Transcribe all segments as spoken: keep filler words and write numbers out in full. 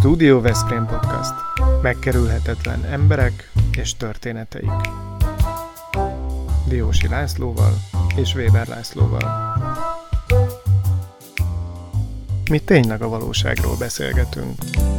Studio Veszprém Podcast. Megkerülhetetlen emberek és történeteik. Diósi Lászlóval és Weber Lászlóval. Mi tényleg a valóságról beszélgetünk.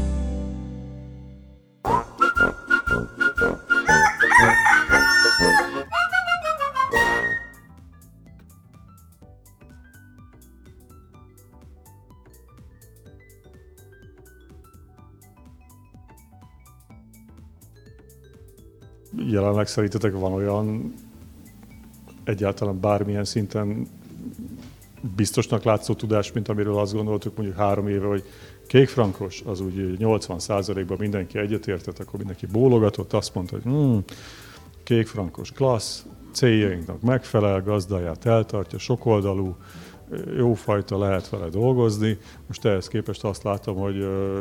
Jelenleg szerintetek van olyan egyáltalán bármilyen szinten biztosnak látszó tudás, mint amiről azt gondoltuk mondjuk három éve, hogy kékfrankos, az úgy nyolcvan százalékban mindenki egyetértett, akkor mindenki bólogatott, azt mondta, hogy hmm, kékfrankos klassz, céljainknak megfelel, gazdáját eltartja, sokoldalú, jófajta, lehet vele dolgozni. Most ehhez képest azt látom, hogy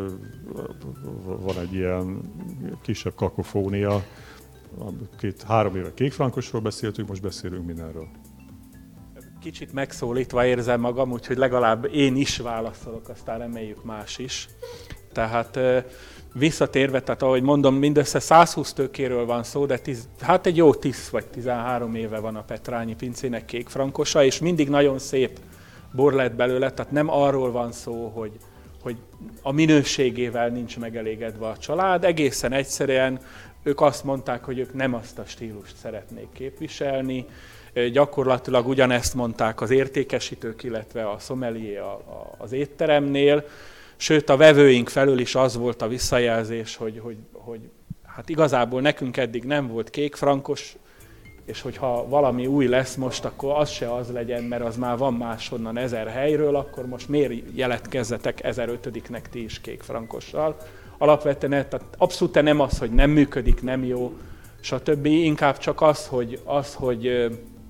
van egy ilyen kisebb kakofónia. Két, három éve kékfrankosról beszéltünk, most beszélünk mindenről. Kicsit megszólítva érzem magam, úgyhogy legalább én is válaszolok, aztán reméljük más is. Tehát visszatérve, tehát ahogy mondom, mindössze százhúsz tőkéről van szó, de tíz, hát egy jó tíz vagy tizenhárom éve van a Petrányi pincének kékfrankosa, és mindig nagyon szép bor lett belőle, tehát nem arról van szó, hogy, hogy a minőségével nincs megelégedve a család, egészen egyszerűen ők azt mondták, hogy ők nem azt a stílust szeretnék képviselni, gyakorlatilag ugyanezt mondták az értékesítők, illetve a sommelier az étteremnél, sőt a vevőink felől is az volt a visszajelzés, hogy, hogy, hogy hát igazából nekünk eddig nem volt kékfrankos, és hogyha valami új lesz most, akkor az se az legyen, mert az már van máshonnan ezer helyről, akkor most miért jeletkezzetek ezerötödiknek ti is kékfrankossal. Alapvetően tehát abszolút nem az, hogy nem működik, nem jó, stb. Inkább csak az, hogy, az, hogy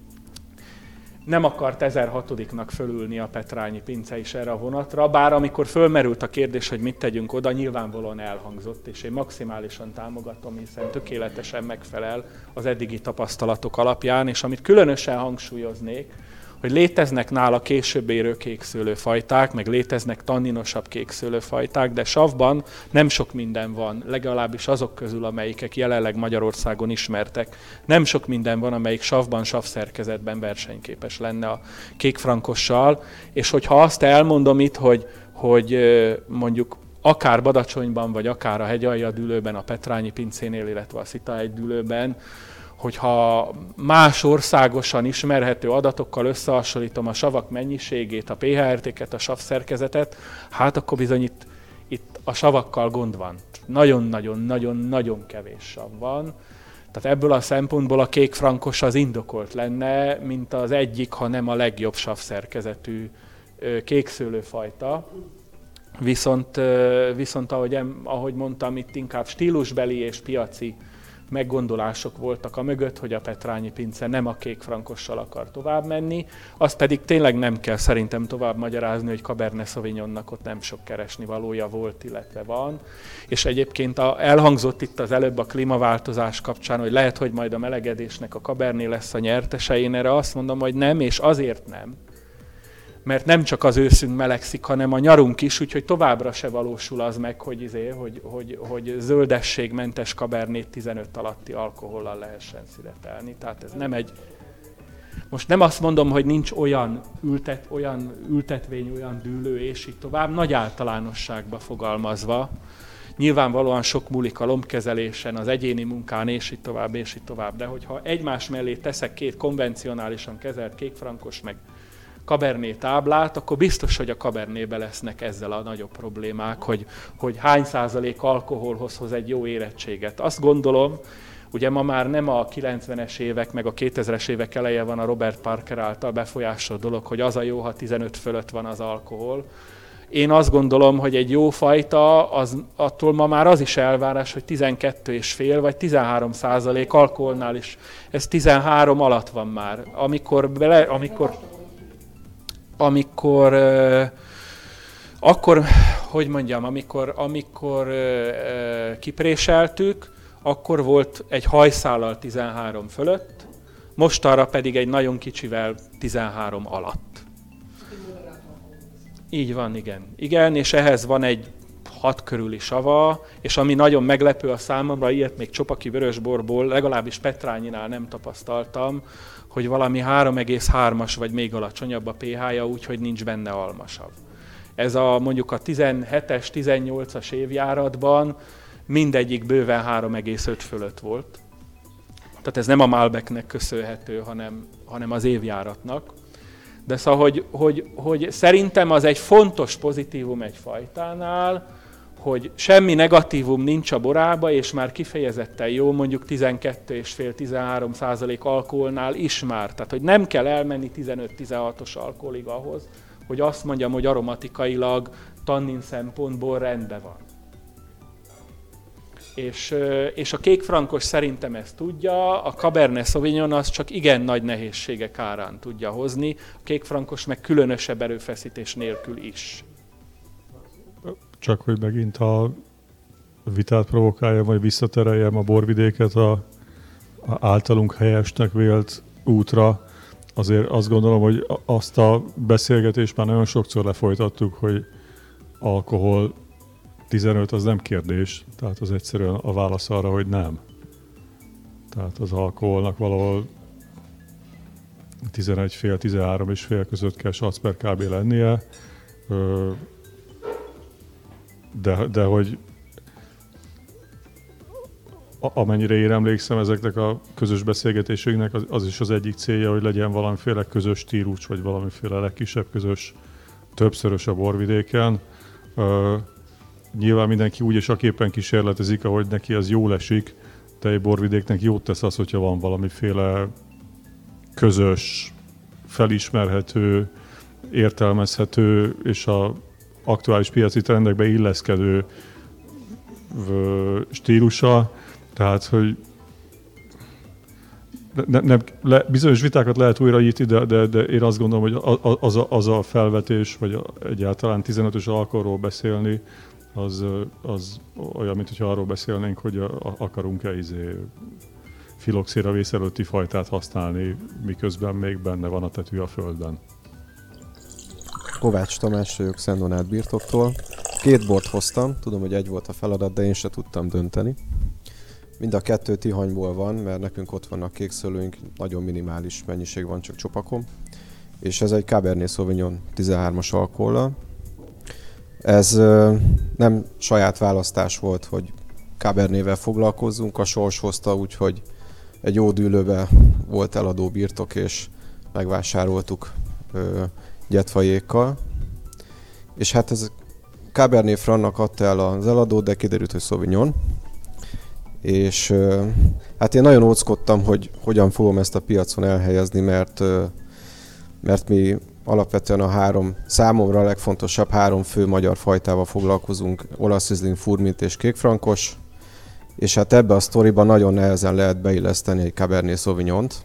nem akart ezerhatodiknak fölülni a Petrányi pince is erre a vonatra, bár amikor fölmerült a kérdés, hogy mit tegyünk oda, nyilvánvalóan elhangzott, és én maximálisan támogatom, hiszen tökéletesen megfelel az eddigi tapasztalatok alapján, és amit különösen hangsúlyoznék, hogy léteznek nála később érő kékszőlőfajták, meg léteznek tanninosabb kékszőlőfajták, de savban nem sok minden van, legalábbis azok közül, amelyikek jelenleg Magyarországon ismertek. Nem sok minden van, amelyik savban, savszerkezetben versenyképes lenne a kékfrankossal, és hogyha azt elmondom itt, hogy, hogy mondjuk akár Badacsonyban, vagy akár a Hegyalja dűlőben, a Petrányi pincénél, illetve a Szitahegy dűlőben, hogyha más országosan ismerhető adatokkal összehasonlítom a savak mennyiségét, a pé há értéket, a savszerkezetet, hát akkor bizony itt, itt a savakkal gond van. Nagyon-nagyon-nagyon-nagyon kevés sav van. Tehát ebből a szempontból a kékfrankos az indokolt lenne, mint az egyik, ha nem a legjobb savszerkezetű kékszőlőfajta. Viszont, viszont ahogy, ahogy mondtam, itt inkább stílusbeli és piaci meggondolások voltak a mögött, hogy a Petrányi pince nem a kékfrankossal akar tovább menni, azt pedig tényleg nem kell szerintem tovább magyarázni, hogy Cabernet Sauvignonnak ott nem sok keresni valója volt, illetve van. És egyébként a, elhangzott itt az előbb a klímaváltozás kapcsán, hogy lehet, hogy majd a melegedésnek a Cabernet lesz a nyertese, én erre azt mondom, hogy nem, és azért nem. Mert nem csak az őszünk melegszik, hanem a nyarunk is, úgyhogy továbbra se valósul az meg, hogy, izé, hogy, hogy, hogy zöldességmentes Cabernet tizenöt alatti alkohollal lehessen szüretelni. Tehát ez nem egy... Most nem azt mondom, hogy nincs olyan, ültet, olyan ültetvény, olyan dűlő, és így tovább, nagy általánosságba fogalmazva. Nyilvánvalóan sok múlik a lombkezelésen, az egyéni munkán, és így tovább, és így tovább. De hogyha egymás mellé teszek két konvencionálisan kezelt kékfrankos, meg Cabernet táblát, akkor biztos, hogy a Cabernetbe lesznek ezzel a nagyobb problémák, hogy, hogy hány százalék alkoholhoz hoz egy jó érettséget. Azt gondolom, ugye ma már nem a kilencvenes évek, meg a kétezres évek eleje van a Robert Parker által befolyásolt dolog, hogy az a jó, ha tizenöt fölött van az alkohol. Én azt gondolom, hogy egy jó fajta, az, attól ma már az is elvárás, hogy tizenkettő és fél vagy tizenhárom százalék alkoholnál is. Ez tizenhárom alatt van már. Amikor bele, amikor amikor, euh, akkor, hogy mondjam, amikor, amikor euh, kipréseltük, akkor volt egy hajszállal tizenhárom fölött, mostanra pedig egy nagyon kicsivel tizenhárom alatt. Így van, igen. Igen, és ehhez van egy hat körüli sava, és ami nagyon meglepő a számomra, ilyet még csopaki vörösborból, legalábbis Petrányinál nem tapasztaltam, hogy valami három egész hármas vagy még alacsonyabb a pé há-ja, úgyhogy nincs benne almasav. Ez a mondjuk a tizenhetes, tizennyolcas évjáratban mindegyik bőven három egész öt fölött volt. Tehát ez nem a Malbecnek köszönhető, hanem, hanem az évjáratnak. De szóval, hogy, hogy, hogy szerintem az egy fontos pozitívum egy fajtánál, hogy semmi negatívum nincs a borába, és már kifejezetten jó, mondjuk tizenkettő egész öt - tizenhárom százalék alkoholnál is már. Tehát, hogy nem kell elmenni tizenöt-tizenhatos alkoholig ahhoz, hogy azt mondjam, hogy aromatikailag, tannin szempontból rendben van. És, és a kékfrankos szerintem ezt tudja, a Cabernet Sauvignon az csak igen nagy nehézségek árán tudja hozni, a kékfrankos meg különösebb erőfeszítés nélkül is. Csak hogy megint a vitát provokálja, vagy visszatereljem a borvidéket a, a általunk helyesnek vélt útra, azért azt gondolom, hogy azt a beszélgetést már nagyon sokszor lefolytattuk, hogy alkohol tizenöt az nem kérdés, tehát az egyszerűen a válasz arra, hogy nem. Tehát az alkoholnak valahol tizenegy fél - tizenhárom és fél között kell sac per ká bé lennie, de, de hogy amennyire én emlékszem, ezeknek a közös beszélgetésünknek az, az is az egyik célja, hogy legyen valamiféle közös stílus, vagy valamiféle legkisebb közös többszörös a borvidéken. Uh, nyilván mindenki úgy és aképpen kísérletezik, ahogy neki az jól esik, de egy borvidéknek jót tesz az, hogyha van valamiféle közös, felismerhető, értelmezhető és a aktuális piaci trendekbe illeszkedő stílusa. Tehát, hogy ne, nem, le, bizonyos vitákat lehet újra nyitni, de, de, de én azt gondolom, hogy az a, az a felvetés, vagy egyáltalán tizenötös alkoholról beszélni, az, az olyan, mint hogyha arról beszélnénk, hogy akarunk-e izé filoxéra vész előtti fajtát használni, miközben még benne van a tetű a földben. Kovács Tamás vagyok, Szent Donát birtoktól. Két bort hoztam, tudom, hogy egy volt a feladat, de én se tudtam dönteni. Mind a kettő Tihanyból van, mert nekünk ott vannak kékszőlőink, nagyon minimális mennyiség van, csak csopakom. És ez egy Cabernet Sauvignon tizenhármas alkohollal. Ez ö, nem saját választás volt, hogy Cabernetvel foglalkozzunk, a sors hozta, úgyhohogy egy jó dűlőbe volt eladó birtok, és megvásároltuk ö, gyetvajékkal. És hát ez Cabernet Francnak adta el az eladó, de kiderült, hogy Sauvignon. És ö, hát én nagyon óckodtam, hogy hogyan fogom ezt a piacon elhelyezni, mert, ö, mert mi alapvetően a három, számomra a legfontosabb három fő magyar fajtával foglalkozunk, olasz Riesling, Furmint és kékfrankos, és hát ebbe a sztoriban nagyon nehezen lehet beilleszteni egy Cabernet Sauvignont,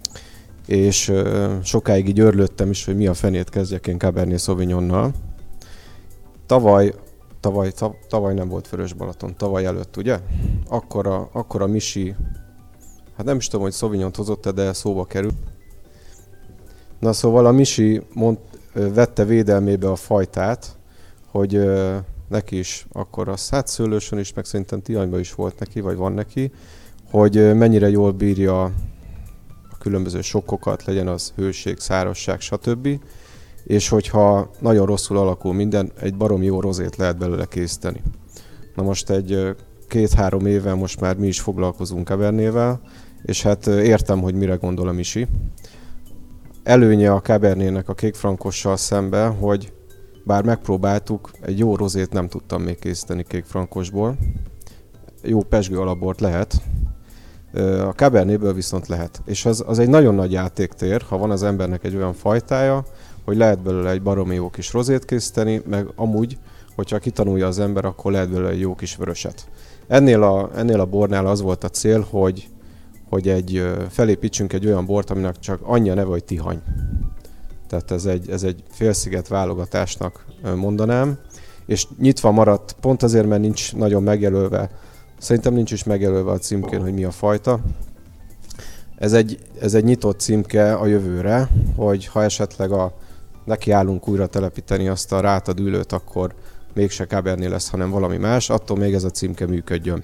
és ö, sokáig így örlődtem is, hogy mi a fenét kezdjek én Cabernet Sauvignonnal. Tavaly, tavaly, tavaly nem volt Vörös-Balaton, tavaly előtt, ugye? Akkor a, akkor a Misi, hát nem is tudom, hogy Sauvignont hozott-e, de szóba került. Na szóval a Misi mond, vette védelmébe a fajtát, hogy ö, neki is akkor a szátszőlősön is, meg szerintem Tihanyban is volt neki, vagy van neki, hogy ö, mennyire jól bírja a különböző sokkokat, legyen az hőség, szárazság, stb. És hogyha nagyon rosszul alakul minden, egy baromi jó rozét lehet belőle készíteni. Na most egy két-három éve most már mi is foglalkozunk Cabernetvel, és hát értem, hogy mire gondol a Misi. Előnye a Cabernetnek a kékfrankossal szemben, hogy bár megpróbáltuk, egy jó rozét nem tudtam még készíteni kékfrankosból. Jó pezsgő alapbort lehet, a Cabernetből viszont lehet. És az, az egy nagyon nagy játéktér, ha van az embernek egy olyan fajtája, hogy lehet belőle egy baromi jó kis rozét készíteni, meg amúgy, hogyha kitanulja az ember, akkor lehet belőle egy jó kis vöröset. Ennél a, ennél a bornál az volt a cél, hogy, hogy egy, felépítsünk egy olyan bort, aminek csak annyi a neve, hogy Tihany. Tehát ez egy, ez egy félsziget válogatásnak mondanám, és nyitva maradt, pont azért, mert nincs nagyon megjelölve, szerintem nincs is megjelölve a címkén, hogy mi a fajta. Ez egy, ez egy nyitott címke a jövőre, hogy ha esetleg a, nekiállunk újra telepíteni azt a rátadülőt, akkor mégse Cabernet lesz, hanem valami más, attól még ez a címke működjön.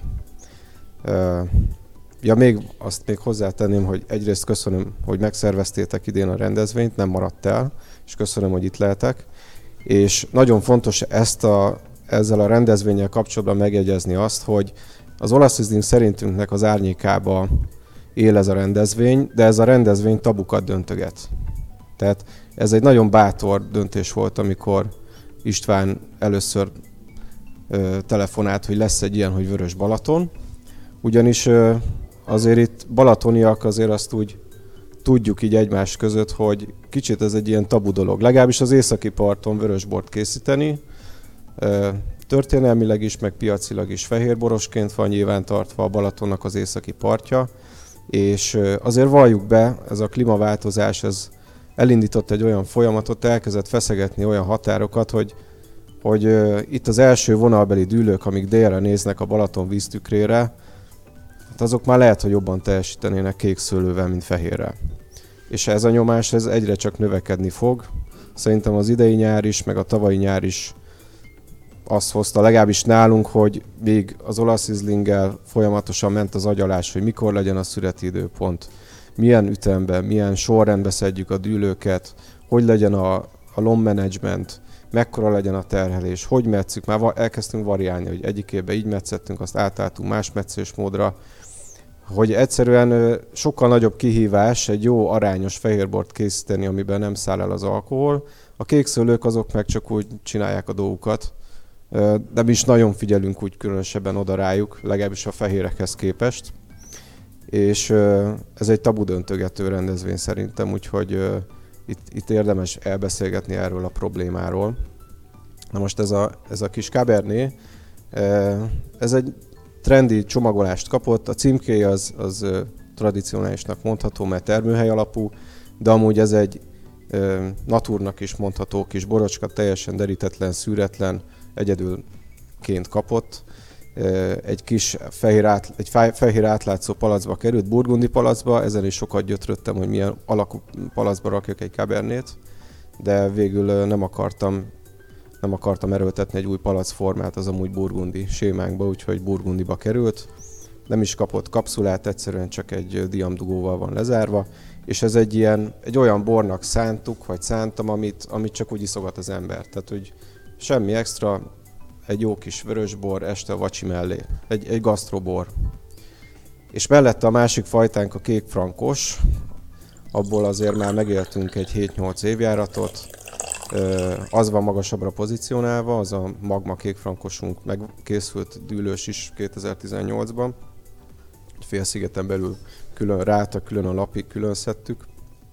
Ja, még azt még hozzátenném, hogy egyrészt köszönöm, hogy megszerveztétek idén a rendezvényt, nem maradt el, és köszönöm, hogy itt lehetek. És nagyon fontos ezt a, ezzel a rendezvénnyel kapcsolatban megjegyezni azt, hogy az olasz Riesling szerintünknek az árnyékába él ez a rendezvény, de ez a rendezvény tabukat döntöget. Tehát ez egy nagyon bátor döntés volt, amikor István először ö, telefonált, hogy lesz egy ilyen, hogy Vörös Balaton. Ugyanis ö, azért itt balatoniak azért azt úgy tudjuk így egymás között, hogy kicsit ez egy ilyen tabu dolog. Legalábbis az északi parton vörösbort készíteni. Ö, történelmileg is, meg piacilag is fehérborosként van nyilván tartva a Balatonnak az északi partja. És ö, azért valljuk be, ez a klímaváltozás, ez elindított egy olyan folyamatot, elkezdett feszegetni olyan határokat, hogy, hogy uh, itt az első vonalbeli dűlők, amik délre néznek a Balaton víztükrére, hát azok már lehet, hogy jobban teljesítenének kék szőlővel, mint fehérrel. És ez a nyomás ez egyre csak növekedni fog. Szerintem az idei nyár is, meg a tavalyi nyár is azt hozta, legalábbis nálunk, hogy még az olasz Rieslinggel folyamatosan ment az agyalás, hogy mikor legyen a szüreti időpont, milyen ütemben, milyen sorrendben szedjük a dűlőket, hogy legyen a, a lom management, mekkora legyen a terhelés, hogy metszük, már elkezdtünk variálni, hogy egyik évben így metszettünk, azt átálltunk más metszés módra, hogy egyszerűen sokkal nagyobb kihívás egy jó arányos fehérbort készíteni, amiben nem száll el az alkohol. A kékszőlők azok meg csak úgy csinálják a dolgukat, de mi is nagyon figyelünk úgy különösebben oda rájuk, legalábbis a fehérekhez képest. És ez egy tabu döntögető rendezvény szerintem, úgyhogy itt, itt érdemes elbeszélgetni erről a problémáról. Na most ez a, ez a kis Cabernet, ez egy trendi csomagolást kapott, a címkéje az, az tradicionálisnak mondható, mert termőhely alapú, de amúgy ez egy naturnak is mondható kis borocska, teljesen derítetlen, szűretlen, egyedülként kapott. Egy kis fehér, át, egy fehér átlátszó palacba került, burgundi palacba, ezen is sokat gyötröttem, hogy milyen alakú palacba rakjak egy Cabernét, de végül nem akartam, nem akartam erőltetni egy új palacformát az amúgy burgundi sémánkba, úgyhogy burgundiba került. Nem is kapott kapszulát, egyszerűen csak egy diamdugóval van lezárva, és ez egy ilyen, egy olyan bornak szántuk, vagy szántam, amit, amit csak úgy iszogat az ember. Tehát, hogy semmi extra, egy jó kis vörösbor, este a vacsi mellé, egy, egy gasztrobor. És mellette a másik fajtánk a kék frankos, abból azért már megéltünk egy hét-nyolc évjáratot, az van magasabbra pozícionálva, az a Magma kék frankosunk megkészült dűlős is kétezer-tizennyolcban. Félszigeten belül külön ráta, külön a lapig külön szedtük.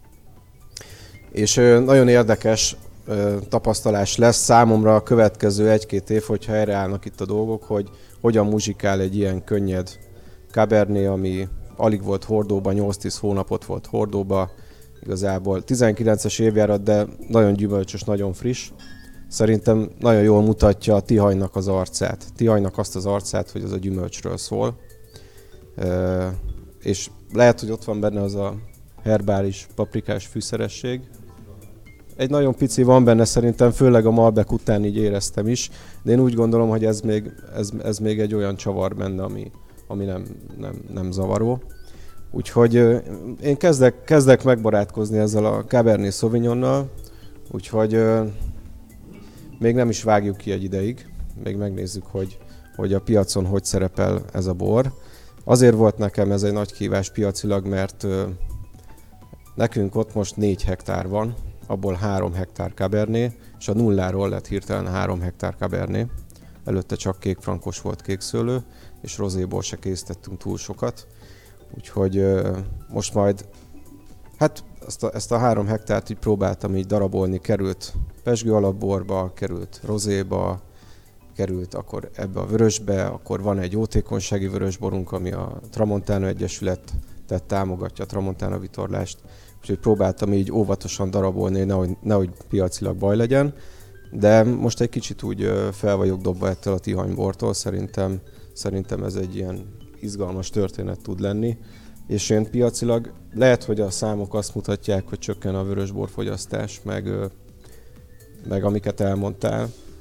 És nagyon érdekes tapasztalás lesz számomra a következő egy-két év, hogyha helyreállnak itt a dolgok, hogy hogyan muzsikál egy ilyen könnyed Cabernet, ami alig volt hordóban, nyolc-tíz hónapot volt hordóba, igazából tizenkilences évjárat, de nagyon gyümölcsös, nagyon friss. Szerintem nagyon jól mutatja a Tihanynak az arcát. Tihanynak azt az arcát, hogy az a gyümölcsről szól. E, és lehet, hogy ott van benne az a herbális, paprikás fűszeresség. Egy nagyon pici van benne szerintem, főleg a Malbec után így éreztem is, de én úgy gondolom, hogy ez még, ez, ez még egy olyan csavar benne, ami, ami nem, nem, nem zavaró. Úgyhogy én kezdek, kezdek megbarátkozni ezzel a Cabernet Sauvignonnal, úgyhogy még nem is vágjuk ki egy ideig, még megnézzük, hogy, hogy a piacon hogy szerepel ez a bor. Azért volt nekem ez egy nagy kihívás piacilag, mert nekünk ott most négy hektár van, abból három hektár Cabernet, és a nulláról lett hirtelen három hektár Cabernet. Előtte csak kék frankos volt kékszőlő, és rozéból se készítettünk túl sokat. Úgyhogy uh, most majd, hát ezt a, ezt a három hektárt így próbáltam így darabolni, került pezsgő alapborba, került rozéba, került akkor ebbe a vörösbe, akkor van egy jótékonysági vörösborunk, ami a Tramontana Egyesület tehát támogatja a Tramontana vitorlást, úgyhogy próbáltam így óvatosan darabolni, hogy nehogy, nehogy piacilag baj legyen, de most egy kicsit úgy uh, fel vagyok dobva ettől a tihanybortól, szerintem, szerintem ez egy ilyen izgalmas történet tud lenni, és én piacilag lehet, hogy a számok azt mutatják, hogy csökken a vörösborfogyasztás, meg, meg amiket elmondtál,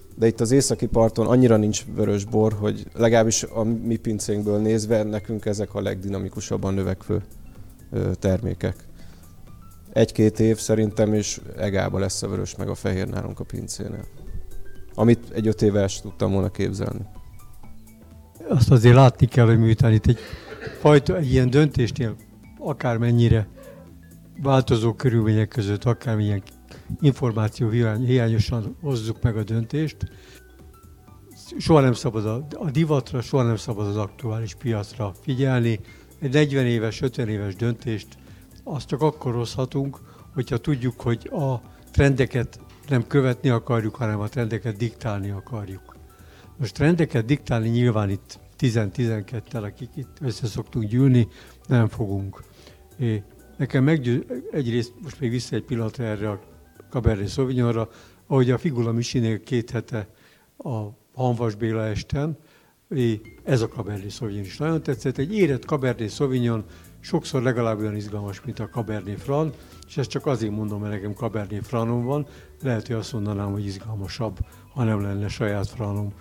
de itt az északi parton annyira nincs vörös bor, hogy legalábbis a mi pincénkből nézve nekünk ezek a legdinamikusabban növekvő termékek. Egy-két év szerintem, és egába lesz a vörös meg a fehér nálunk a pincénél. Amit egy öt éve sem tudtam volna képzelni. Azt azért látni kell, hogy miután itt egy fajta, egy ilyen döntésnél akármennyire változó körülmények között, akármilyen információ hiányosan hozzuk meg a döntést, soha nem szabad a, a divatra, soha nem szabad az aktuális piacra figyelni. Egy negyven éves, ötven éves döntést azt csak akkor hozhatunk, hogyha tudjuk, hogy a trendeket nem követni akarjuk, hanem a trendeket diktálni akarjuk. Most trendeket diktálni nyilván itt tíz-tizenketten, akik itt össze szoktunk gyűlni, nem fogunk. É, nekem meggyő... egyrészt most még vissza egy pillanatra erre a Cabernet Sauvignonra, ahogy a Figula Misinél két hete a Hanvas Béla esten, ez a Cabernet Sauvignon is nagyon tetszett. Egy érett Cabernet Sauvignon sokszor legalább olyan izgalmas, mint a Cabernet Franc, és ezt csak azért mondom, mert nekem Cabernet Francom van, lehet, hogy azt mondanám, hogy izgalmasabb, ha nem lenne saját Francom.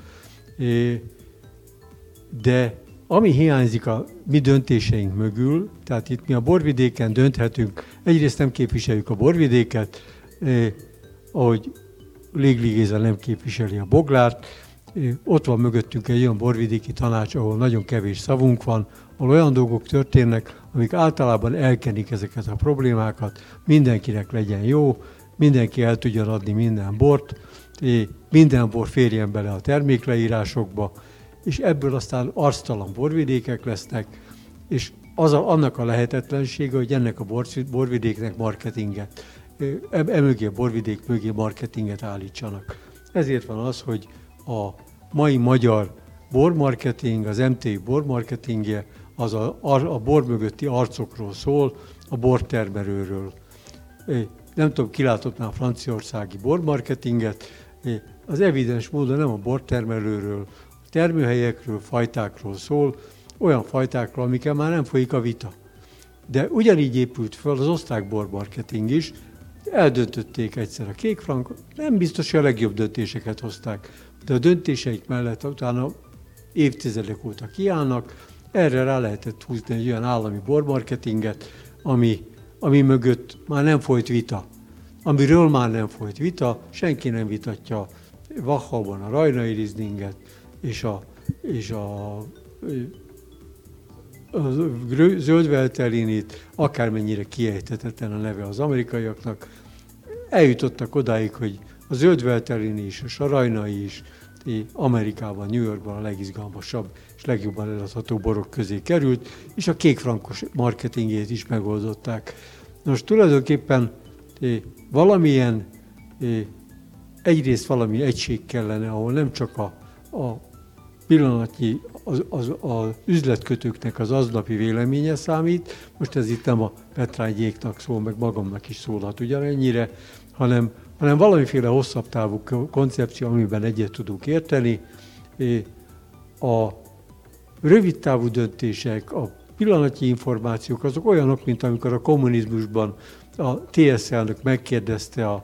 De ami hiányzik a mi döntéseink mögül, tehát itt mi a borvidéken dönthetünk, egyrészt nem képviseljük a borvidéket, eh, ahogy Légli Géza nem képviseli a Boglárt, eh, ott van mögöttünk egy olyan borvidéki tanács, ahol nagyon kevés szavunk van, ahol olyan dolgok történnek, amik általában elkenik ezeket a problémákat, mindenkinek legyen jó, mindenki el tudjon adni minden bort, eh, minden bor férjen bele a termékleírásokba, és ebből aztán arctalan borvidékek lesznek, és az a, annak a lehetetlensége, hogy ennek a bor, borvidéknek marketinget, emögé a borvidék mögé marketinget állítsanak. Ezért van az, hogy a mai magyar bormarketing, az em té i bormarketingje, az a, a bor mögötti arcokról szól, a bortermelőről. Nem tudom, ki látott már a franciaországi bormarketinget, az evidens módon nem a bortermelőről, termőhelyekről, fajtákról szól, olyan fajtákról, amikkel már nem folyik a vita. De ugyanígy épült fel az osztrák bormarketing is, eldöntötték egyszer a Kék Franc, nem biztos, hogy a legjobb döntéseket hozták, de a döntéseik mellett utána évtizedek óta kiállnak, erre rá lehetett húzni egy olyan állami bormarketinget, ami, ami mögött már nem folyt vita. Amiről már nem folyt vita, senki nem vitatja Wachauban a rajnai Rieslinget, és a, és a, a zöldveltelinit, akármennyire kiejthetetlen a neve az amerikaiaknak, eljutottak odáig, hogy a zöldveltelini is, és a rajnai is Amerikában, New Yorkban a legizgalmasabb és legjobban eladható borok közé került, és a kékfrankos marketingjét is megoldották. Most tulajdonképpen valamilyen, egyrészt valami egység kellene, ahol nem csak a, a pillanatnyi, az, az, az üzletkötőknek az aznapi véleménye számít, most ez itt nem a Petrányéknak szól, meg magamnak is szólhat ugyanennyire, hanem, hanem valamiféle hosszabb távú koncepció, amiben egyet tudunk érteni. A rövid távú döntések, a pillanatnyi információk, azok olyanok, mint amikor a kommunizmusban a té es elnök megkérdezte a,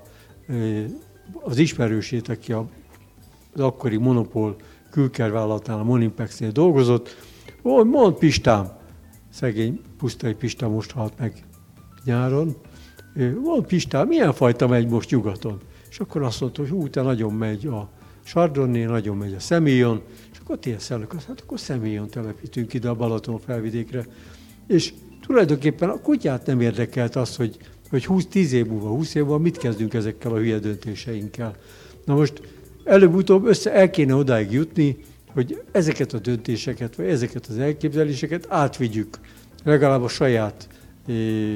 az ismerősét, aki a, az akkori monopól külkervállalatnál, a Monimpexnél dolgozott, ó, mondd Pistám, szegény Pusztai Pista most halt meg nyáron, mondd Pistám, milyen fajta megy most nyugaton? És akkor azt mondta, hogy hú, te nagyon megy a Chardonnay, nagyon megy a Semillon, és akkor a té es elnök azt, hát akkor Semillon telepítünk ide a Balaton felvidékre. És tulajdonképpen a kutyát nem érdekelt az, hogy, hogy húsz-tíz év múlva, húsz év múlva mit kezdünk ezekkel a hülye döntéseinkkel. Na most előbb-utóbb össze el kéne odáig jutni, hogy ezeket a döntéseket, vagy ezeket az elképzeléseket átvigyük legalább a saját eh,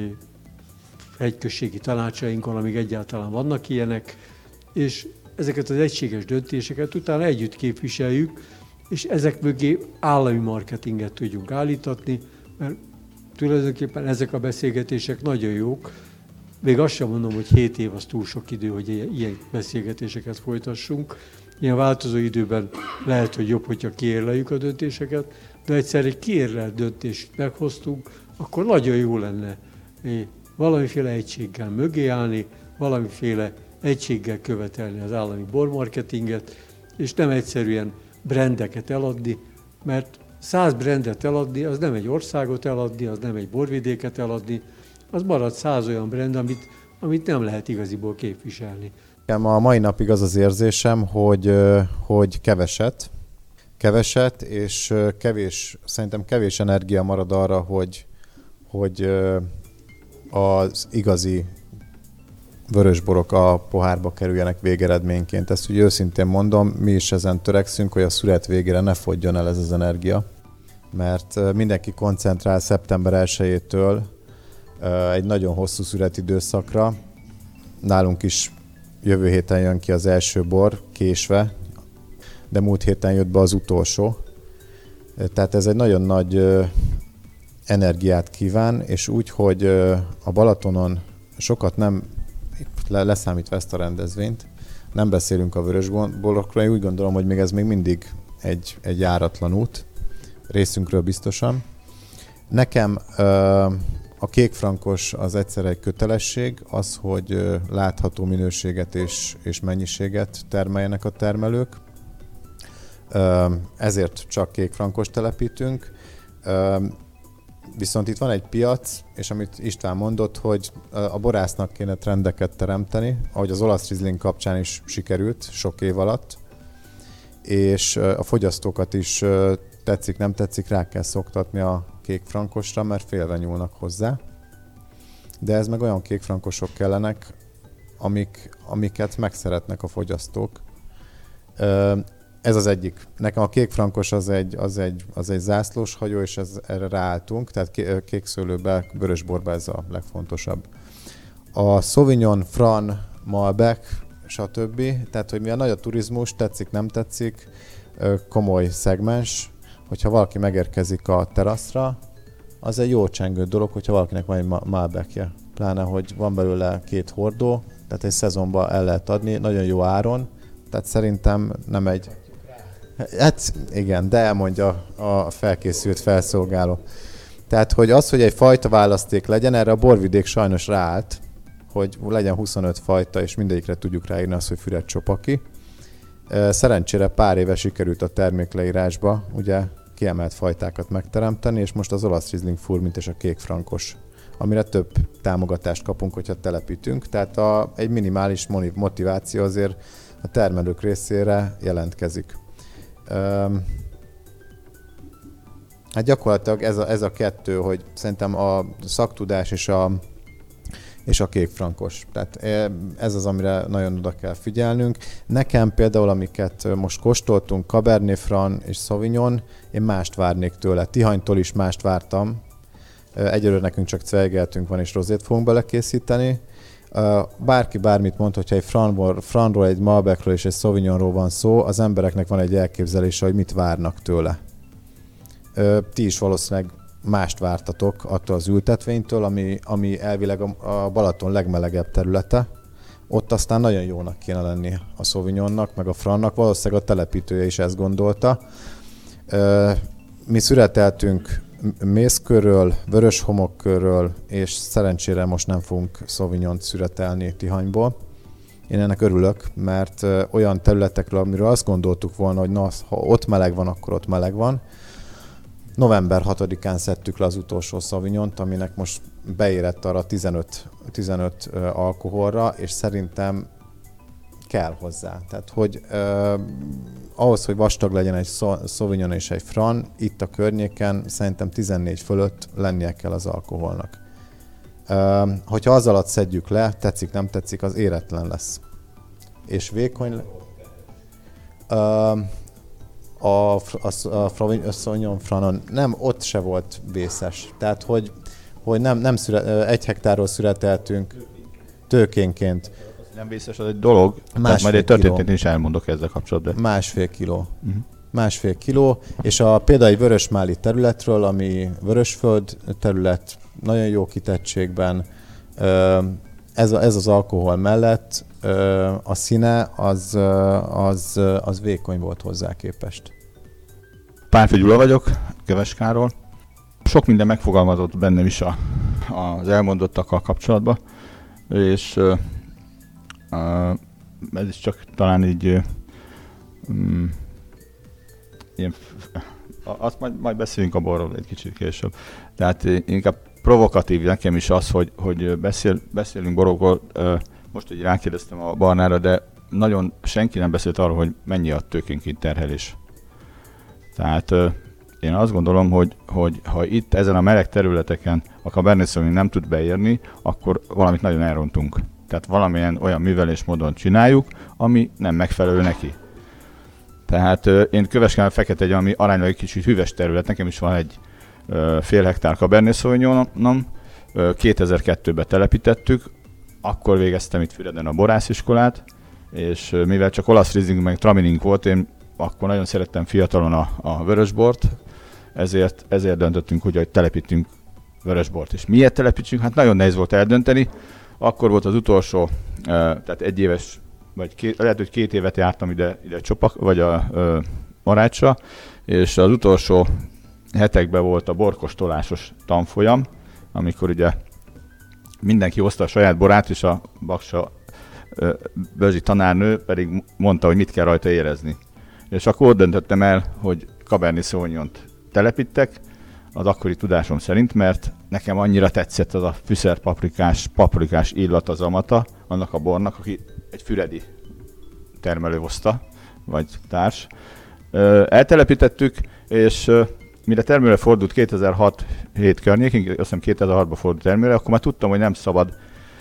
hegyközségi tanácsainkon, amíg egyáltalán vannak ilyenek, és ezeket az egységes döntéseket utána együtt képviseljük, és ezek mögé állami marketinget tudjunk állítatni, mert tulajdonképpen ezek a beszélgetések nagyon jók. Még azt sem mondom, hogy hét év az túl sok idő, hogy ilyen beszélgetéseket folytassunk. Ilyen változó időben lehet, hogy jobb, hogyha kiérleljük a döntéseket, de egyszer egy kiérlelt döntést meghoztunk, akkor nagyon jó lenne valamiféle egységgel mögé állni, valamiféle egységgel követelni az állami bormarketinget, és nem egyszerűen brandeket eladni, mert száz brandet eladni, az nem egy országot eladni, az nem egy borvidéket eladni, az marad száz olyan brand, amit, amit nem lehet igaziból képviselni. A mai napig az az érzésem, hogy, hogy keveset, keveset, és kevés, szerintem kevés energia marad arra, hogy, hogy az igazi vörösborok a pohárba kerüljenek végeredményként. Ezt ugye őszintén mondom, mi is ezen törekszünk, hogy a szület végére ne fogjon el ez az energia, mert mindenki koncentrál szeptember elsejétől egy nagyon hosszú születidőszakra. Nálunk is jövő héten jön ki az első bor, késve, de múlt héten jött be az utolsó. Tehát ez egy nagyon nagy energiát kíván, és úgy, hogy a Balatonon sokat nem, leszámítva ezt a rendezvényt, nem beszélünk a vörösborokról, én úgy gondolom, hogy még ez még mindig egy, egy járatlan út, részünkről biztosan. Nekem a kékfrankos az egyszer egy kötelesség, az, hogy látható minőséget és, és mennyiséget termeljenek a termelők. Ezért csak kékfrankos telepítünk. Viszont itt van egy piac, és amit István mondott, hogy a borásznak kéne trendeket teremteni, ahogy az olasz rizling kapcsán is sikerült sok év alatt, és a fogyasztókat is tetszik, nem tetszik, rá kell szoktatni a kékfrankosra, mert félve nyúlnak hozzá. De ez meg olyan kékfrankosok kellenek, amik, amiket megszeretnek a fogyasztók. Ez az egyik. Nekem a kékfrankos az egy, az egy, az egy zászlós hajó, és ez, erre ráálltunk, tehát kékszőlőbe, vörösborba ez a legfontosabb. A Sauvignon, Fran, Malbec, stb. Tehát, hogy milyen nagy a turizmus, tetszik, nem tetszik, komoly szegmens. Hogyha valaki megérkezik a teraszra, az egy jó csengő dolog, hogyha valakinek van egy Malbecje. Pláne, hogy van belőle két hordó, tehát egy szezonban el lehet adni, nagyon jó áron. Tehát szerintem nem egy... Hát igen, de elmondja a felkészült felszolgáló. Tehát, hogy az, hogy egy fajta választék legyen, erre a borvidék sajnos ráállt, hogy legyen huszonöt fajta, és mindegyikre tudjuk ráírni azt, hogy Füred Csopaki. Szerencsére pár éve sikerült a termékleírásba ugye kiemelt fajtákat megteremteni, és most az olasz Riesling Furmint és a kékfrankos, amire több támogatást kapunk, hogyha telepítünk. Tehát a, egy minimális motiváció azért a termelők részére jelentkezik. Um, hát gyakorlatilag ez a, ez a kettő, hogy szerintem a szaktudás és a, és a kékfrankos. Tehát ez az, amire nagyon oda kell figyelnünk. Nekem például, amiket most kóstoltunk, Cabernet Franc és Sauvignon, én mást várnék tőle. Tihanytól is mást vártam. Egyelőre nekünk csak cvejgeltünk van, és rozét fogunk belekészíteni. Bárki bármit mond, hogyha egy Franról, egy Malbecről és egy Sauvignonról van szó, az embereknek van egy elképzelése, hogy mit várnak tőle. Ti is valószínűleg mást vártatok attól az ültetvénytől, ami, ami elvileg a Balaton legmelegebb területe. Ott aztán nagyon jónak kéne lenni a Sauvignonnak, meg a Frannak, valószínűleg a telepítője is ezt gondolta. Mi szüreteltünk mészkörről, vörös homokkörről, és szerencsére most nem fogunk Sauvignont szüretelni Tihanyból. Én ennek örülök, mert olyan területekről, amiről azt gondoltuk volna, hogy na, ha ott meleg van, akkor ott meleg van. november hatodikán szedtük le az utolsó Sauvignont, aminek most beérett arra tizenöt, tizenöt alkoholra, és szerintem kell hozzá. Tehát, hogy eh, ahhoz, hogy vastag legyen egy Sauvignon és egy Franc, itt a környéken szerintem tizennégy fölött lennie kell az alkoholnak. Eh, hogyha az alatt szedjük le, tetszik, nem tetszik, az éretlen lesz. És vékony... Eh, a, a, a Sauvignon Francon nem, ott se volt vészes. Tehát, hogy, hogy nem, nem szüre, egy hektárról szüreteltünk tőkénként. Nem vészes, az egy dolog, tehát majd egy történetet is elmondok ezzel kapcsolatban. Másfél kiló. Uh-huh. Másfél kiló, és a, például egy vörösmáli területről, ami vörösföld terület, nagyon jó kitettségben, ez, ez az alkohol mellett a színe az, az, az vékony volt hozzá képest. Pálfi Gyula vagyok, Köveskáról. Sok minden megfogalmazott bennem is a, az elmondottakkal kapcsolatban, és Uh, ez is csak talán így mm, ilyen, azt majd, majd beszélünk a borról egy kicsit később. Tehát inkább provokatív nekem is az, hogy, hogy beszél, beszélünk borokról. Most, hogy rákérdeztem a Barnára, de nagyon senki nem beszélt arról, hogy mennyi a tőkénként terhelés. Tehát én azt gondolom, hogy, hogy ha itt ezen a meleg területeken a Cabernet Sauvignon nem tud beérni, akkor valamit nagyon elrontunk. Tehát valamilyen olyan művelésmódon csináljuk, ami nem megfelelő neki. Tehát én Köveskán Fekete egy, ami aránylag egy kicsit hűvös terület, nekem is van egy fél hektár Cabernet Sauvignonom, kétezer-kettőben telepítettük, akkor végeztem itt Füreden a borásziskolát, és mivel csak olasz Riesling meg Traminink volt, én akkor nagyon szerettem fiatalon a, a vörösbort, ezért, ezért döntöttünk, hogy telepítünk vörösbort. És miért telepítsünk? Hát nagyon nehéz volt eldönteni. Akkor volt az utolsó, tehát egy éves, vagy két, lehet, hogy két évet jártam ide, ide Csopak, vagy a ö, Marácsra, és az utolsó hetekben volt a borkostolásos tanfolyam, amikor ugye mindenki hozta a saját borát, és a Baksa ö, Bözsi tanárnő pedig mondta, hogy mit kell rajta érezni. És akkor döntöttem el, hogy Cabernet Sauvignont telepítek, az akkori tudásom szerint, mert nekem annyira tetszett az a fűszerpaprikás, paprikás illat az amata, annak a bornak, aki egy füredi termelő hozta, vagy társ. Eltelepítettük, és mire termelőre fordult kétezer-hat-hét környékén, azt hiszem kétezer-hatban fordult termelőre, akkor már tudtam, hogy nem szabad,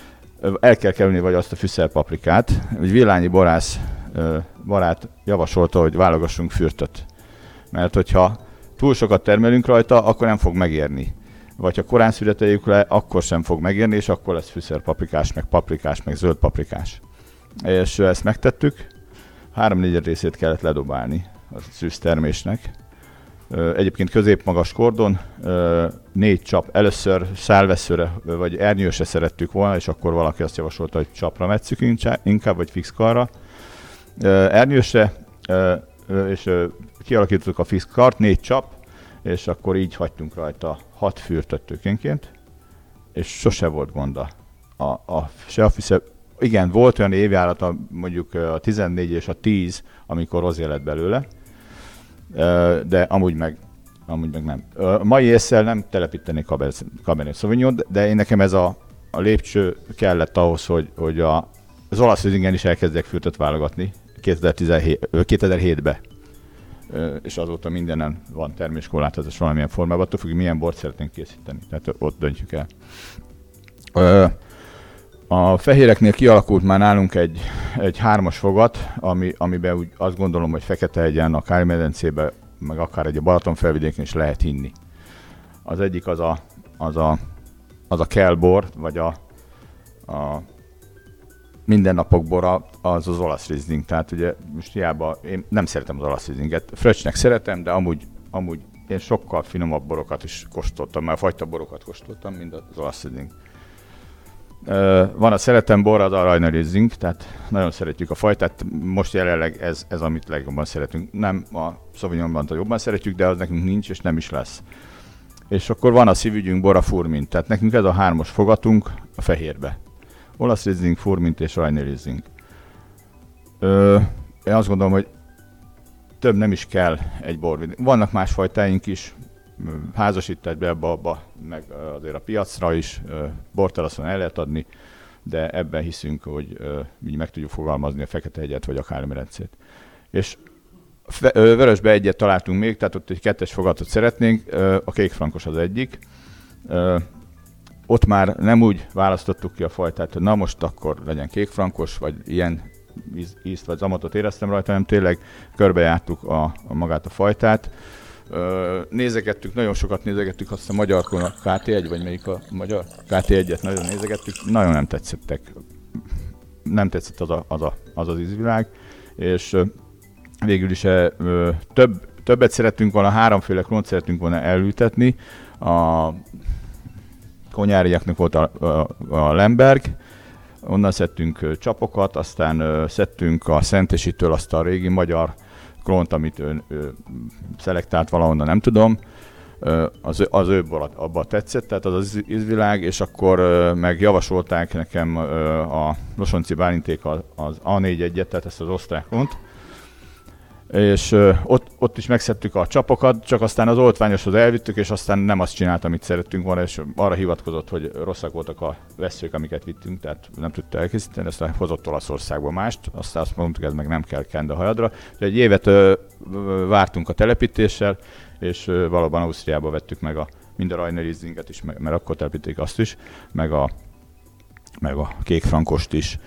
el kell kerülni vagy azt a fűszerpaprikát. Egy Villányi borász barát javasolta, hogy válogassunk fürtöt. Mert hogyha túl sokat termelünk rajta, akkor nem fog megérni. Vagy ha korán születeljük le, akkor sem fog megérni, és akkor lesz fűszerpaprikás, meg paprikás, meg zöld paprikás. És ezt megtettük, három-négy részét kellett ledobálni a szűztermésnek. Egyébként középmagas kordon, négy csap, először szálvesszőre vagy ernyősre szerettük volna, és akkor valaki azt javasolta, hogy csapra metszük inkább, vagy fix karra. Ernyősre, és kialakítottuk a fix kart, négy csap, és akkor így hagytunk rajta hat fürtöt tőkénként, és sose volt gonda. A, a, se a fűszer, igen, volt olyan évjárata, mondjuk a tizennégy és a tíz, amikor rossz lett belőle, de amúgy meg, amúgy meg nem. Mai ésszel nem telepítenék Cabernet Sauvignont, de én nekem ez a, a lépcső kellett ahhoz, hogy, hogy a, az olasz Riesling-en is elkezdek fürtöt válogatni kétezer-hétben. És azóta mindenen van terméskorlátozás valamilyen formában, attól függ, milyen bort szeretnénk készíteni. Tehát ott döntjük el. A fehéreknél kialakult már nálunk egy, egy hármas fogat, ami, amiben úgy azt gondolom, hogy Fekete-hegyen, a Kárpát-medencében, meg akár egy a Balatonfelvidéken is lehet hinni. Az egyik az a, az a, az a kell bor, vagy a, a mindennapok bora, az az olasz Riesling. Tehát ugye most hiába, én nem szeretem az olasz Rieslinget. Fröccsnek szeretem, de amúgy, amúgy én sokkal finomabb borokat is kóstoltam, már fagyta borokat kóstoltam, mint az olasz Riesling. Van a szeretem bor, az a Rajna Riesling, tehát nagyon szeretjük a fajtát. Most jelenleg ez, ez amit legjobban szeretünk. Nem a Sauvignonban jobban szeretjük, de az nekünk nincs, és nem is lesz. És akkor van a szívügyünk bor, a Furmint. Tehát nekünk ez a hármas fogatunk a fehérbe. Olasz Riesling, Furmint és Rajna Riesling. Ö, én azt gondolom, hogy több nem is kell egy bor. Vannak más fajtáink is, házasításba, ebbe, abba, meg azért a piacra is, borteraszon el lehet adni, de ebben hiszünk, hogy így meg tudjuk fogalmazni a Fekete-hegyet, vagy a Kárpát-medencét. És Vörösbe egyet találtunk még, tehát ott egy kettes fogatot szeretnénk, a kékfrankos az egyik. Ott már nem úgy választottuk ki a fajtát, hogy na most akkor legyen kékfrankos, vagy ilyen íz, ízt vagy zamatot éreztem rajta, hanem tényleg körbejártuk a, a magát a fajtát. Nézegettük, nagyon sokat nézegettük, azt a magyarkon a ká té egy, vagy melyik a magyar ká té egyet nagyon nézegettük, nagyon nem tetszettek. Nem tetszett az a, az, a, az, az ízvilág, és végül is több, többet szerettünk volna, háromféle klónt szerettünk volna elültetni. A konyáriaknak volt a, a, a Lemberg, onnan szedtünk csapokat, aztán szedtünk a Szentesitől azt a régi magyar klónt, amit ő, ő szelektált valahonnan, nem tudom. Az, az ő abban tetszett, tehát az az ízvilág, és akkor meg javasolták nekem a Losonci Bálinték az á négy egyet, tehát ezt az osztrák klónt. és ö, ott, ott is megszedtük a csapokat, csak aztán az oltványoshoz elvittük, és aztán nem azt csinált, amit szerettünk volna, és arra hivatkozott, hogy rosszak voltak a vesszők, amiket vittünk, tehát nem tudta elkészíteni, aztán hozott Olaszországból mást, aztán azt mondtuk, ez meg nem kell kend a hajadra. Egy évet ö, ö, vártunk a telepítéssel, és ö, valóban Ausztriába vettük meg a, mind a Rainer Riesinget is, mert akkor telepíték azt is, meg a, meg a kék frankost is.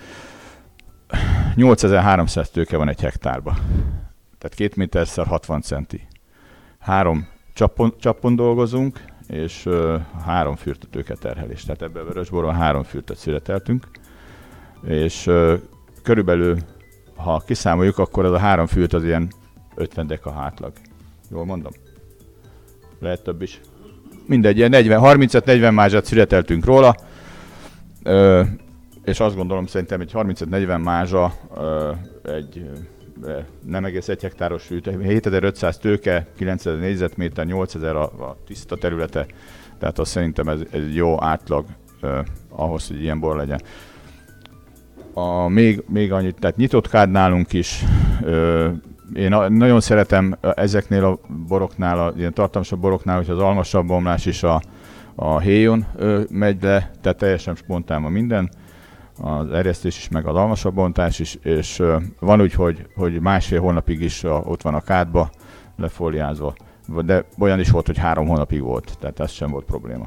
nyolcezer-háromszáz tőke van egy hektárba. Tehát két méterszer hatvan centi. Három csapon, csapon dolgozunk, és uh, három fürtöt tőketerhelés. Tehát ebben a vörösborban három fürtöt születeltünk. És uh, körülbelül, ha kiszámoljuk, akkor az a három fürt az ilyen ötven deka átlag. Jól mondom? Lehet több is. Mindegy, ilyen negyven, harmincöt-negyven mázsát születeltünk róla. Uh, és azt gondolom, szerintem egy harmincöt-negyven mázsa uh, egy nem egész egy hektáros fűt, hétezer-ötszáz tőke, kilencezer négyzetméter, nyolcezer a, a tiszta területe, tehát azt szerintem ez, ez jó átlag eh, ahhoz, hogy ilyen bor legyen. A, még, még annyit, tehát nyitott kád nálunk is, eh, én a, nagyon szeretem ezeknél a boroknál, a ilyen tartalmasabb boroknál, hogy az almasabb bomlás is a, a héjon eh, megy le, tehát teljesen spontán van minden. Az erjesztés is, meg az almasabb bontás is, és uh, van úgy, hogy, hogy másfél hónapig is uh, ott van a kádba lefóliázva, de olyan is volt, hogy három hónapig volt, tehát ez sem volt probléma.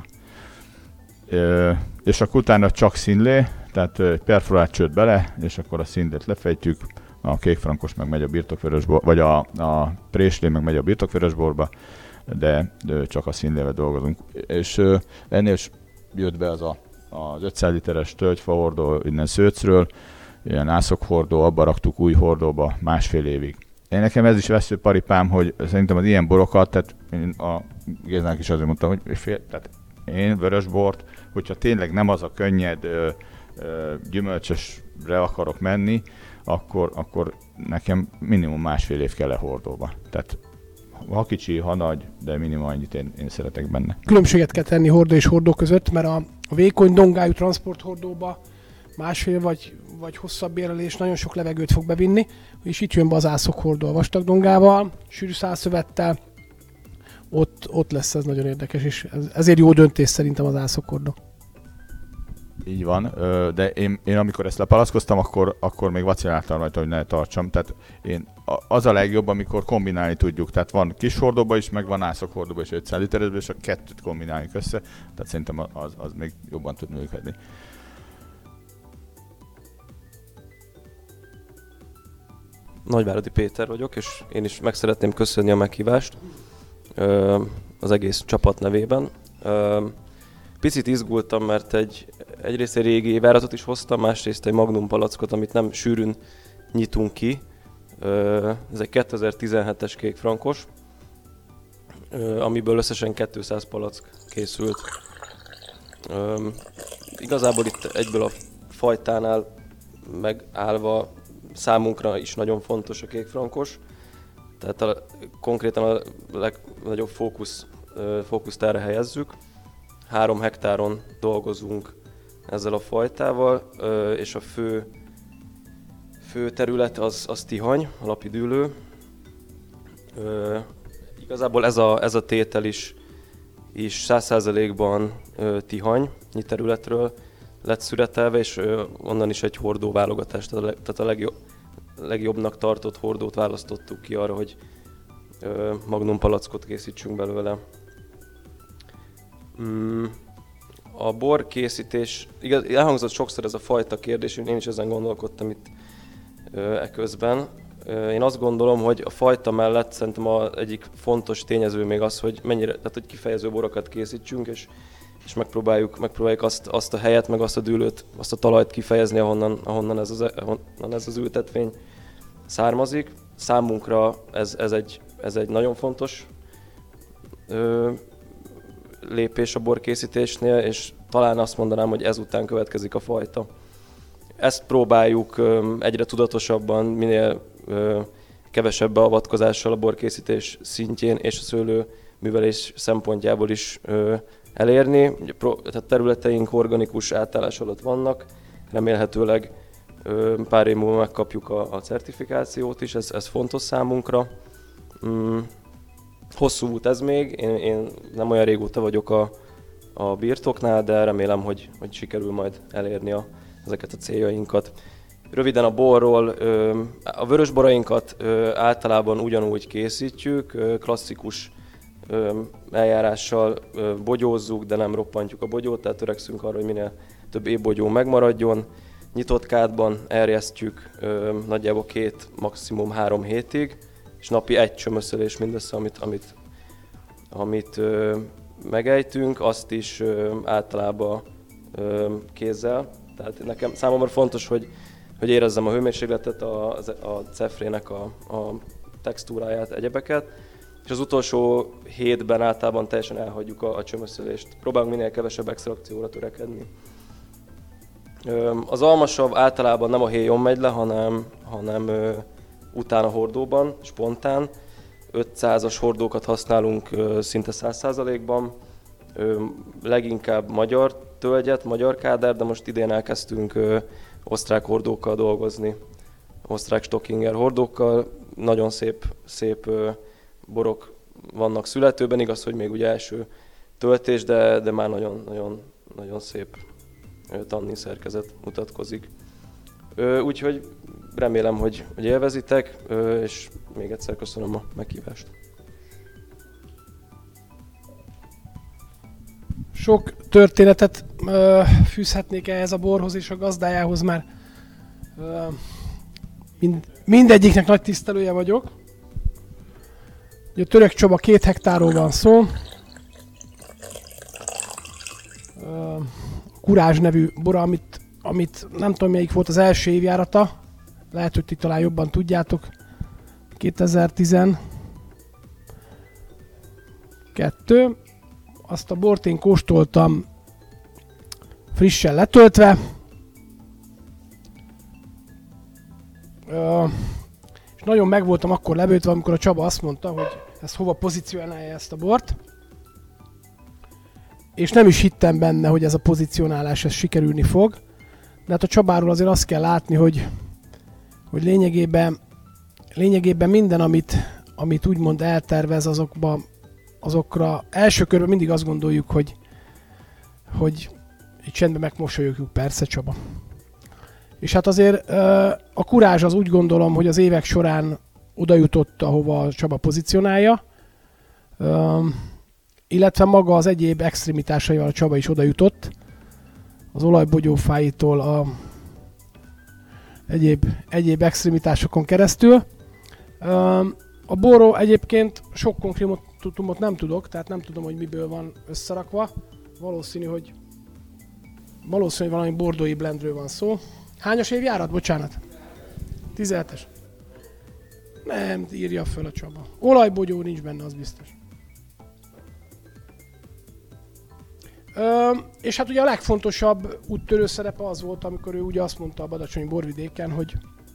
Uh, és akkor utána csak színlé, tehát uh, perforált csőt bele, és akkor a színlét lefejtjük, a kékfrankos meg megy a birtokvörösborba, vagy a, a préslé meg megy a birtokvörösborba, de uh, csak a színlével dolgozunk. És uh, ennél is jött be az a az ötszáz literes tölgyfahordó innen Szőcről, ilyen ászokhordó, abba raktuk új hordóba másfél évig. Én nekem ez is veszőparipám, hogy szerintem az ilyen borokat, tehát én a Gézának is azért mondtam, hogy fél, tehát én vörösbort, hogyha tényleg nem az a könnyed ö, ö, gyümölcsösre akarok menni, akkor, akkor nekem minimum másfél év kell a hordóba. Tehát ha kicsi, ha nagy, de minimum annyit én, én szeretek benne. Különbséget kell tenni hordó és hordó között, mert a, a vékony dongájú transporthordóba másfél vagy, vagy hosszabb érlelés nagyon sok levegőt fog bevinni, és itt jön be az ászokhordó a vastag dongával, sűrű szálszövettel, ott, ott lesz ez nagyon érdekes, és ez, ezért jó döntés szerintem az ászokhordó. Így van, de én, én amikor ezt lepalackoztam, akkor, akkor még vaciláltam rajta, hogy ne tartsam. Tehát én, az a legjobb, amikor kombinálni tudjuk. Tehát van kis hordóba is, meg van ászokhordóba is ötszáz literesben, és a kettőt kombináljuk össze. Tehát szerintem az, az még jobban tud működni. Nagyváradi Péter vagyok, és én is meg szeretném köszönni a meghívást az egész csapat nevében. Picit izgultam, mert egy, egyrészt egy régi évjáratot is hoztam, másrészt egy Magnum palackot, amit nem sűrűn nyitunk ki. Ez egy kétezer-tizenhetes kék frankos, amiből összesen kétszáz palack készült. Igazából itt egyből a fajtánál megállva számunkra is nagyon fontos a kék frankos. Tehát a, konkrétan a legnagyobb fókusz, fókuszt erre helyezzük. Három hektáron dolgozunk ezzel a fajtával, és a fő, fő terület az, az Tihany, a lapidűlő. Igazából ez a, ez a tétel is, is száz százalékban tihanyi területről lett szüretelve, és onnan is egy hordóválogatás, tehát a legjobb, legjobbnak tartott hordót választottuk ki arra, hogy Magnum palackot készítsünk belőle. A bor készítés, igaz, elhangzott sokszor ez a fajta kérdés, én is ezen gondolkodtam itt eközben. Én azt gondolom, hogy a fajta mellett szerintem az egyik fontos tényező még az, hogy mennyire, tehát hogy kifejező borokat készítsünk, és, és megpróbáljuk, megpróbáljuk azt, azt a helyet, meg azt a dűlőt, azt a talajt kifejezni, ahonnan, ahonnan, ez, az, ahonnan ez az ültetvény származik. Számunkra ez, ez, egy, ez egy nagyon fontos ö, lépés a borkészítésnél, és talán azt mondanám, hogy ezután következik a fajta. Ezt próbáljuk ö, egyre tudatosabban, minél ö, kevesebb beavatkozással a borkészítés szintjén és a szőlő művelés szempontjából is ö, elérni. A területeink organikus átállás alatt vannak, remélhetőleg pár év múlva megkapjuk a, a certifikációt is, ez, ez fontos számunkra. Mm, hosszú út ez még, én, én nem olyan régóta vagyok a, a birtoknál, de remélem, hogy, hogy sikerül majd elérni a, ezeket a céljainkat. Röviden a borról, a vörösborainkat általában ugyanúgy készítjük, klasszikus eljárással bogyózzuk, de nem roppantjuk a bogyót, tehát törekszünk arra, hogy minél több évbogyó megmaradjon. Nyitott kádban erjesztjük nagyjából két, maximum három hétig, és napi egy csömöszölés mindössze, amit, amit, amit megejtünk, azt is általában kézzel. Tehát nekem számomra fontos, hogy, hogy érezzem a hőmérsékletet, a, a cefrének a, a textúráját, egyebeket. És az utolsó hétben általában teljesen elhagyjuk a, a csömöszölést. Próbálunk minél kevesebb extrakcióra törekedni. Az almasav általában nem a héjon megy le, hanem, hanem ö, utána hordóban, spontán. ötszázas hordókat használunk ö, szinte száz százalékban. Ö, leginkább magyar tölgyet, magyar káder, de most idén elkezdtünk ö, osztrák hordókkal dolgozni. Osztrák Stockinger hordókkal. Nagyon szép, szép ö, borok vannak születőben, igaz, hogy még ugye első töltés, de, de már nagyon, nagyon, nagyon szép tannin szerkezet mutatkozik. Úgyhogy remélem, hogy, hogy élvezitek, és még egyszer köszönöm a meghívást. Sok történetet ö, fűzhetnék ehhez a borhoz és a gazdájához, mert ö, mind, mindegyiknek nagy tisztelője vagyok. Ugye a Török Csaba két hektáról van szó. Ö, Kurázs nevű bora, amit, amit nem tudom melyik volt az első évjárata, lehet, hogy ti talán jobban tudjátok, kétezer-tizenkettő. Azt a bort én kóstoltam frissen letöltve, Ö, és nagyon meg voltam akkor levőtve, amikor a Csaba azt mondta, hogy ezt hova pozícionálja ezt a bort. És nem is hittem benne, hogy ez a pozícionálás ez sikerülni fog. De hát a Csabáról azért azt kell látni, hogy, hogy lényegében, lényegében minden, amit, amit úgymond eltervez, azokba, azokra első körben mindig azt gondoljuk, hogy, hogy így csendben megmosolyogjuk, persze Csaba. És hát azért a Kurázs az úgy gondolom, hogy az évek során oda jutott, ahova a Csaba pozícionálja. Illetve maga az egyéb extremitásaival a Csaba is oda jutott. Az olajbogyófáitól a egyéb, egyéb extremitásokon keresztül. A borról egyébként sok konkrétumot nem tudok, tehát nem tudom, hogy miből van összerakva. Valószínű, hogy valószínű, hogy valami bordói blendről van szó. Hányas évjárat? Bocsánat. tizenhetes. Nem, írja föl a Csaba. Olajbogyó nincs benne, az biztos. Ö, és hát ugye a legfontosabb úttörő szerepe az volt, amikor ő ugye azt mondta a badacsonyi borvidéken, hogy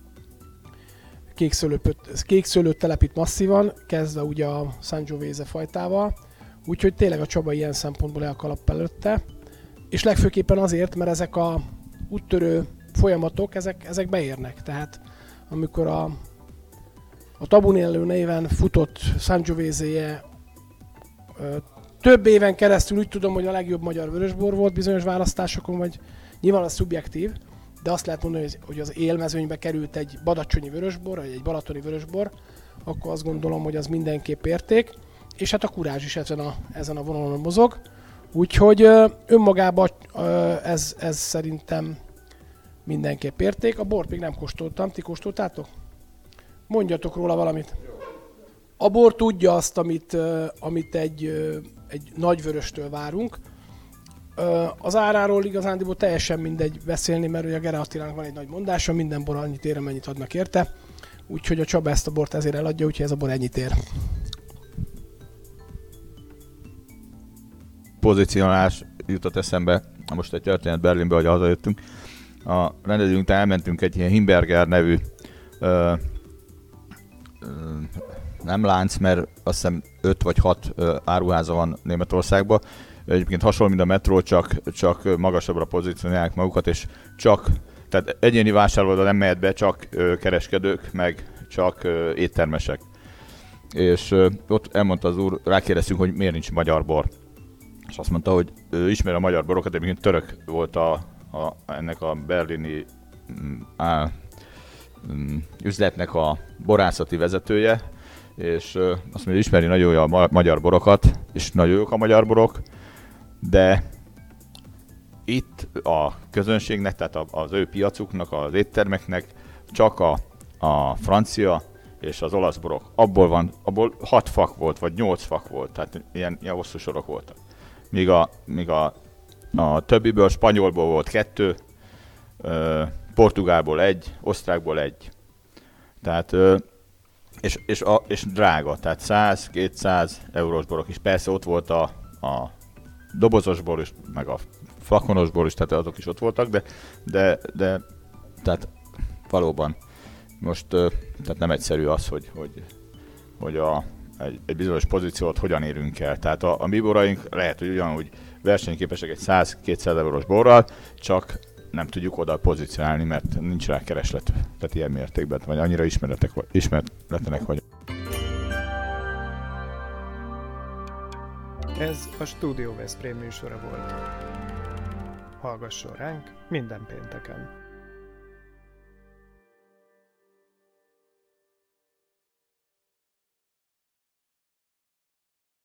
kékszőlőt, kékszőlőt telepít masszívan, kezdve ugye a Sangiovese fajtával, úgyhogy tényleg a Csaba ilyen szempontból el a kalappal előtte, és legfőképpen azért, mert ezek a úttörő folyamatok, ezek, ezek beérnek, tehát amikor a, a Tabunello néven futott Sangiovese több éven keresztül úgy tudom, hogy a legjobb magyar vörösbor volt bizonyos választásokon, vagy nyilván az szubjektív, de azt lehet mondani, hogy az élmezőnybe került egy badacsonyi vörösbor, vagy egy balatoni vörösbor, akkor azt gondolom, hogy az mindenképp érték, és hát a Kurázs is ezen a, ezen a vonalon mozog. Úgyhogy önmagában ez, ez szerintem mindenképp érték. A bort még nem kóstoltam, ti kóstoltátok? Mondjatok róla valamit. A bor tudja azt, amit, amit egy, egy nagy vöröstől várunk. Az áráról igazándiból teljesen mindegy beszélni, mert ugye a Gere Attilának van egy nagy mondása, minden bor annyit ér, amennyit adnak érte. Úgyhogy a Csaba ezt a bort ezért eladja, úgyhogy ez a bor ennyit ér. Pozícionálás jutott eszembe, most egy történet Berlinbe, hogy hazajöttünk. A rendezvényünk után elmentünk egy ilyen Himberger nevű ö, ö, nem lánc, mert azt hiszem öt vagy hat ö, áruháza van Németországban. Egyébként hasonló, mint a metró, csak, csak magasabbra pozícionálják magukat, és csak tehát egyéni vásárlóra nem mehet be, csak ö, kereskedők, meg csak ö, éttermesek. És ö, ott elmondta az úr, rákérdeztünk, hogy miért nincs magyar bor. És azt mondta, hogy ő ismeri a magyar borokat, egyébként török volt a, a, ennek a berlini á, üzletnek a borászati vezetője, és ö, azt mondja, hogy ismeri nagyon jó a magyar borokat, és nagyon jók a magyar borok, de itt a közönségnek, tehát az ő piacuknak, az éttermeknek csak a, a francia és az olasz borok. Abból van, abból hat fak volt, vagy nyolc fak volt, tehát ilyen, ilyen hosszú sorok voltak. Míg a, míg a, a többiből, spanyolból volt kettő, ö, portugálból egy, osztrákból egy. Tehát, ö, és, és, a, és drága, tehát száz-kétszáz eurós borok is. Persze ott volt a, a dobozos bor is, meg a flakonos bor is, tehát azok is ott voltak, de, de, de tehát valóban most tehát nem egyszerű az, hogy, hogy, hogy a, egy, egy bizonyos pozíciót hogyan érünk el. Tehát a, a mi boraink lehet, hogy ugyanúgy versenyképesek egy száz-kétszáz eurós borral, csak nem tudjuk oda pozícionálni, mert nincs rá kereslet, tehát ilyen mértékben, vagy annyira ismeretek, ismeretlenek vagyunk. Ez a Studio Veszprém műsora volt. Hallgasson ránk minden pénteken!